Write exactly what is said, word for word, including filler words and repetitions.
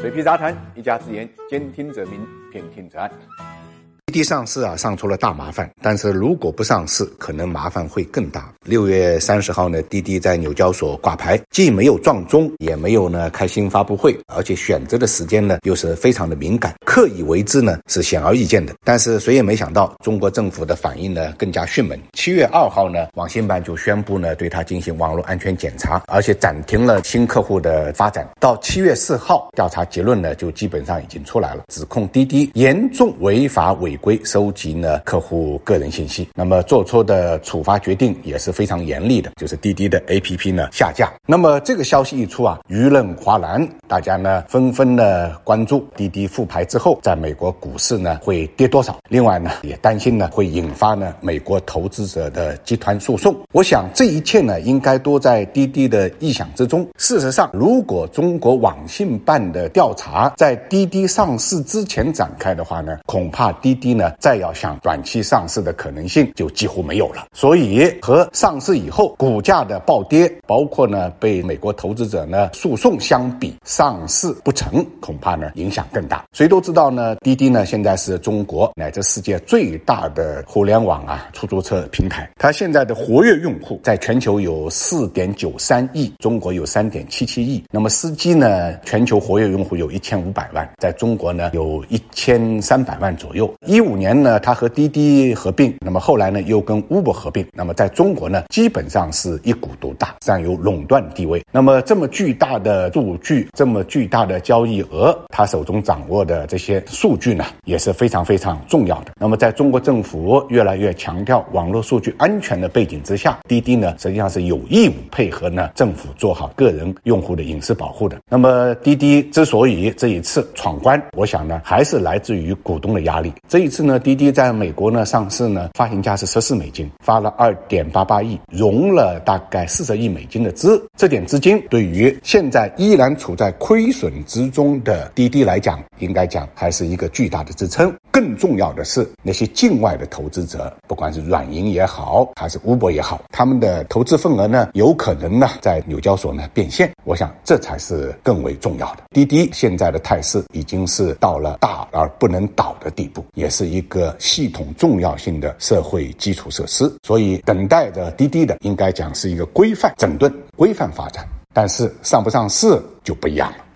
水皮杂谈，一家之言，兼听则明，偏听则暗。 滴滴上市啊，上出了大麻烦，但是如果不上市，可能麻烦会更大。六月三十号呢，滴滴在纽交所挂牌，既没有撞钟，也没有呢开新发布会，而且选择的时间呢又是非常的敏感，刻意为之呢是显而易见的。但是谁也没想到，中国政府的反应呢更加迅猛。七月二号呢，网信办就宣布呢对它进行网络安全检查，而且暂停了新客户的发展。到七月四号，调查结论呢就基本上已经出来了，指控滴滴严重违法违规收集呢客户个人信息。那么做出的处罚决定也是非常严厉的，就是滴滴的 A P P 呢下架。那么这个消息一出啊，舆论哗然，大家呢纷纷的关注滴滴复牌之后在美国股市呢会跌多少。另外呢也担心呢会引发呢美国投资者的集团诉讼。我想这一切呢应该都在滴滴的意想之中。事实上，如果中国网信办的调查在滴滴上市之前展开的话呢，恐怕滴滴呢再要想短期上市的可能性就几乎没有了。所以和上市以后股价的暴跌，包括呢被美国投资者呢诉讼相比，上市不成恐怕呢影响更大。谁都知道呢，滴滴呢现在是中国乃至世界最大的互联网啊出租车平台，它现在的活跃用户在全球有 四点九三亿，中国有 三点七七亿。那么司机呢，全球活跃用户有一千五百万，在中国呢有一千三百万左右。一五年呢，它和滴滴合并，那么后来呢又跟 Uber 合并，那么在中国呢基本上是一股独大，占有垄断地位。那么这么巨大的数据，这么巨大的交易额，它手中掌握的这些数据呢也是非常非常重要的。那么在中国政府越来越强调网络数据安全的背景之下，滴滴呢实际上是有义务配合呢政府做好个人用户的隐私保护的。那么滴滴之所以这一次闯关，我想呢还是来自于股东的压力。这一次呢，滴滴在美国呢上市呢，发行价是十四美金，发了 二点八八亿，融了大概四十亿美金的资。这点资金对于现在依然处在亏损之中的滴滴来讲，应该讲还是一个巨大的支撑。更重要的是，那些境外的投资者，不管是软银也好，还是 Uber 也好，他们的投资份额呢，有可能呢在纽交所呢变现。我想这才是更为重要的。滴滴现在的态势已经是到了大而不能倒的地步，也是一个系统重要性的社会基础设施。所以等待着滴滴的应该讲是一个规范整顿、规范发展，但是上不上市就不一样了。